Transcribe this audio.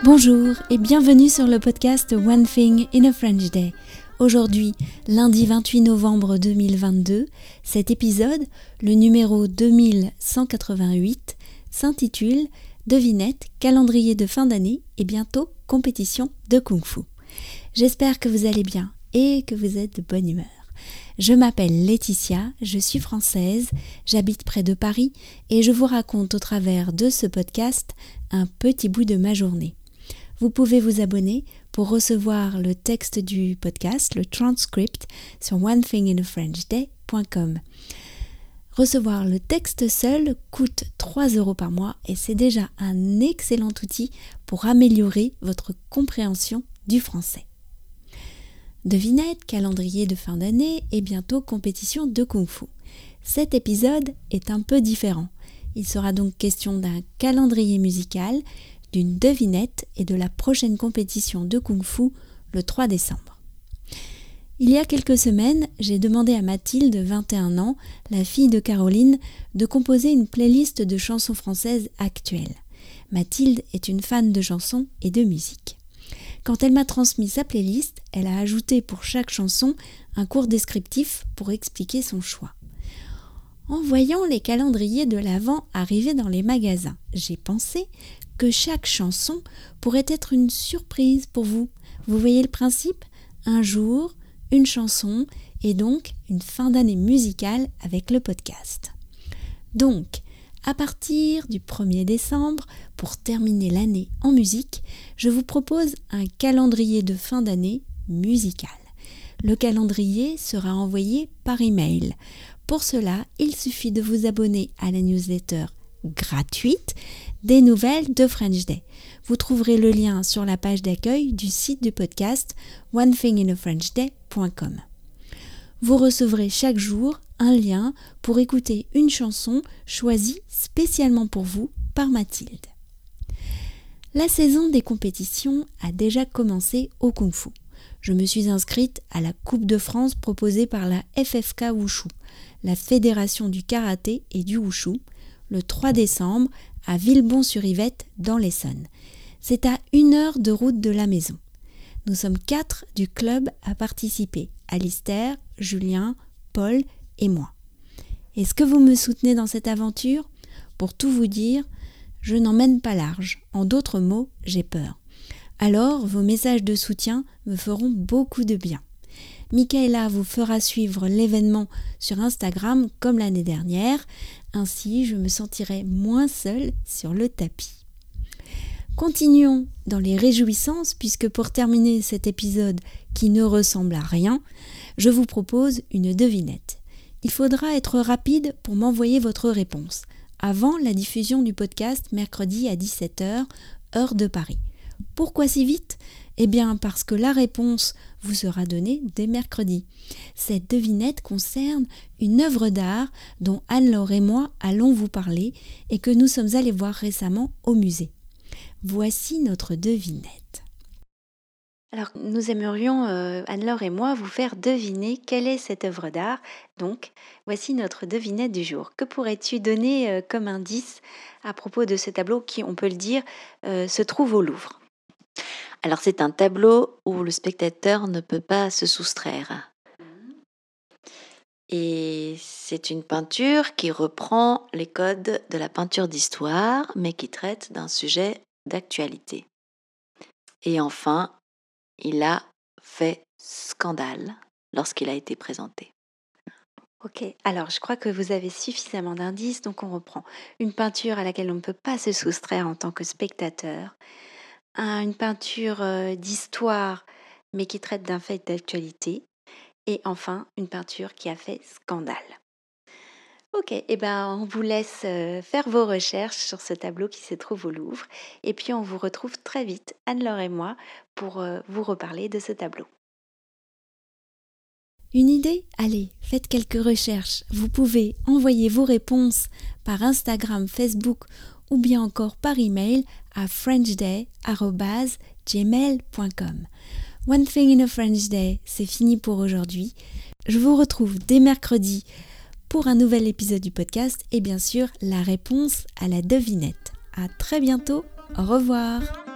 Bonjour et bienvenue sur le podcast One Thing in a French Day. Aujourd'hui, lundi 28 novembre 2022, cet épisode, le numéro 2188, s'intitule Devinette, calendrier de fin d'année et bientôt compétition de Kung Fu. J'espère que vous allez bien et que vous êtes de bonne humeur. Je m'appelle Laetitia, je suis française, j'habite près de Paris et je vous raconte au travers de ce podcast un petit bout de ma journée. Vous pouvez vous abonner pour recevoir le texte du podcast, le transcript, sur onethinginafrenchday.com. Recevoir le texte seul coûte 3 € par mois et c'est déjà un excellent outil pour améliorer votre compréhension du français. Devinette, calendrier de fin d'année et bientôt compétition de Kung Fu. Cet épisode est un peu différent. Il sera donc question d'un calendrier musical, d'une devinette et de la prochaine compétition de Kung Fu le 3 décembre. Il y a quelques semaines, j'ai demandé à Mathilde, 21 ans, la fille de Caroline, de composer une playlist de chansons françaises actuelles. Mathilde est une fan de chansons et de musique. Quand elle m'a transmis sa playlist, elle a ajouté pour chaque chanson un court descriptif pour expliquer son choix. En voyant les calendriers de l'Avent arriver dans les magasins, j'ai pensé que chaque chanson pourrait être une surprise pour vous. Vous voyez le principe ? Un jour, une chanson et donc une fin d'année musicale avec le podcast. Donc, à partir du 1er décembre, pour terminer l'année en musique, je vous propose un calendrier de fin d'année musical. Le calendrier sera envoyé par email. Pour cela, il suffit de vous abonner à la newsletter gratuite des nouvelles de French Day. Vous trouverez le lien sur la page d'accueil du site du podcast onethinginafrenchday.com. Vous recevrez chaque jour un lien pour écouter une chanson choisie spécialement pour vous par Mathilde. La saison des compétitions a déjà commencé au Kung Fu. Je me suis inscrite à la Coupe de France proposée par la FFK Wushu, la Fédération du Karaté et du Wushu, le 3 décembre à Villebon-sur-Yvette dans l'Essonne. C'est à 1 heure de route de la maison. Nous sommes 4 du club à participer, Alistair, Julien, Paul et moi. Est-ce que vous me soutenez dans cette aventure ? Pour tout vous dire, je n'emmène pas large. En d'autres mots, j'ai peur. Alors, vos messages de soutien me feront beaucoup de bien. Michaela vous fera suivre l'événement sur Instagram comme l'année dernière. Ainsi, je me sentirai moins seule sur le tapis. Continuons dans les réjouissances puisque pour terminer cet épisode qui ne ressemble à rien, je vous propose une devinette. Il faudra être rapide pour m'envoyer votre réponse avant la diffusion du podcast mercredi à 17h, heure de Paris. Pourquoi si vite ? Eh bien parce que la réponse vous sera donnée dès mercredi. Cette devinette concerne une œuvre d'art dont Anne-Laure et moi allons vous parler et que nous sommes allés voir récemment au musée. Voici notre devinette. Alors nous aimerions, Anne-Laure et moi, vous faire deviner quelle est cette œuvre d'art. Donc voici notre devinette du jour. Que pourrais-tu donner comme indice à propos de ce tableau qui, on peut le dire, se trouve au Louvre ? Alors c'est un tableau où le spectateur ne peut pas se soustraire. Et c'est une peinture qui reprend les codes de la peinture d'histoire, mais qui traite d'un sujet d'actualité. Et enfin, il a fait scandale lorsqu'il a été présenté. Ok, alors je crois que vous avez suffisamment d'indices, donc on reprend. Une peinture à laquelle on ne peut pas se soustraire en tant que spectateur. Une peinture d'histoire, mais qui traite d'un fait d'actualité. Et enfin, une peinture qui a fait scandale. Ok, on vous laisse faire vos recherches sur ce tableau qui se trouve au Louvre. Et puis on vous retrouve très vite, Anne-Laure et moi, pour vous reparler de ce tableau. Une idée ? Allez, faites quelques recherches. Vous pouvez envoyer vos réponses par Instagram, Facebook ou bien encore par email à frenchday@gmail.com. One Thing in a French Day, c'est fini pour aujourd'hui. Je vous retrouve dès mercredi pour un nouvel épisode du podcast et bien sûr la réponse à la devinette. À très bientôt, au revoir.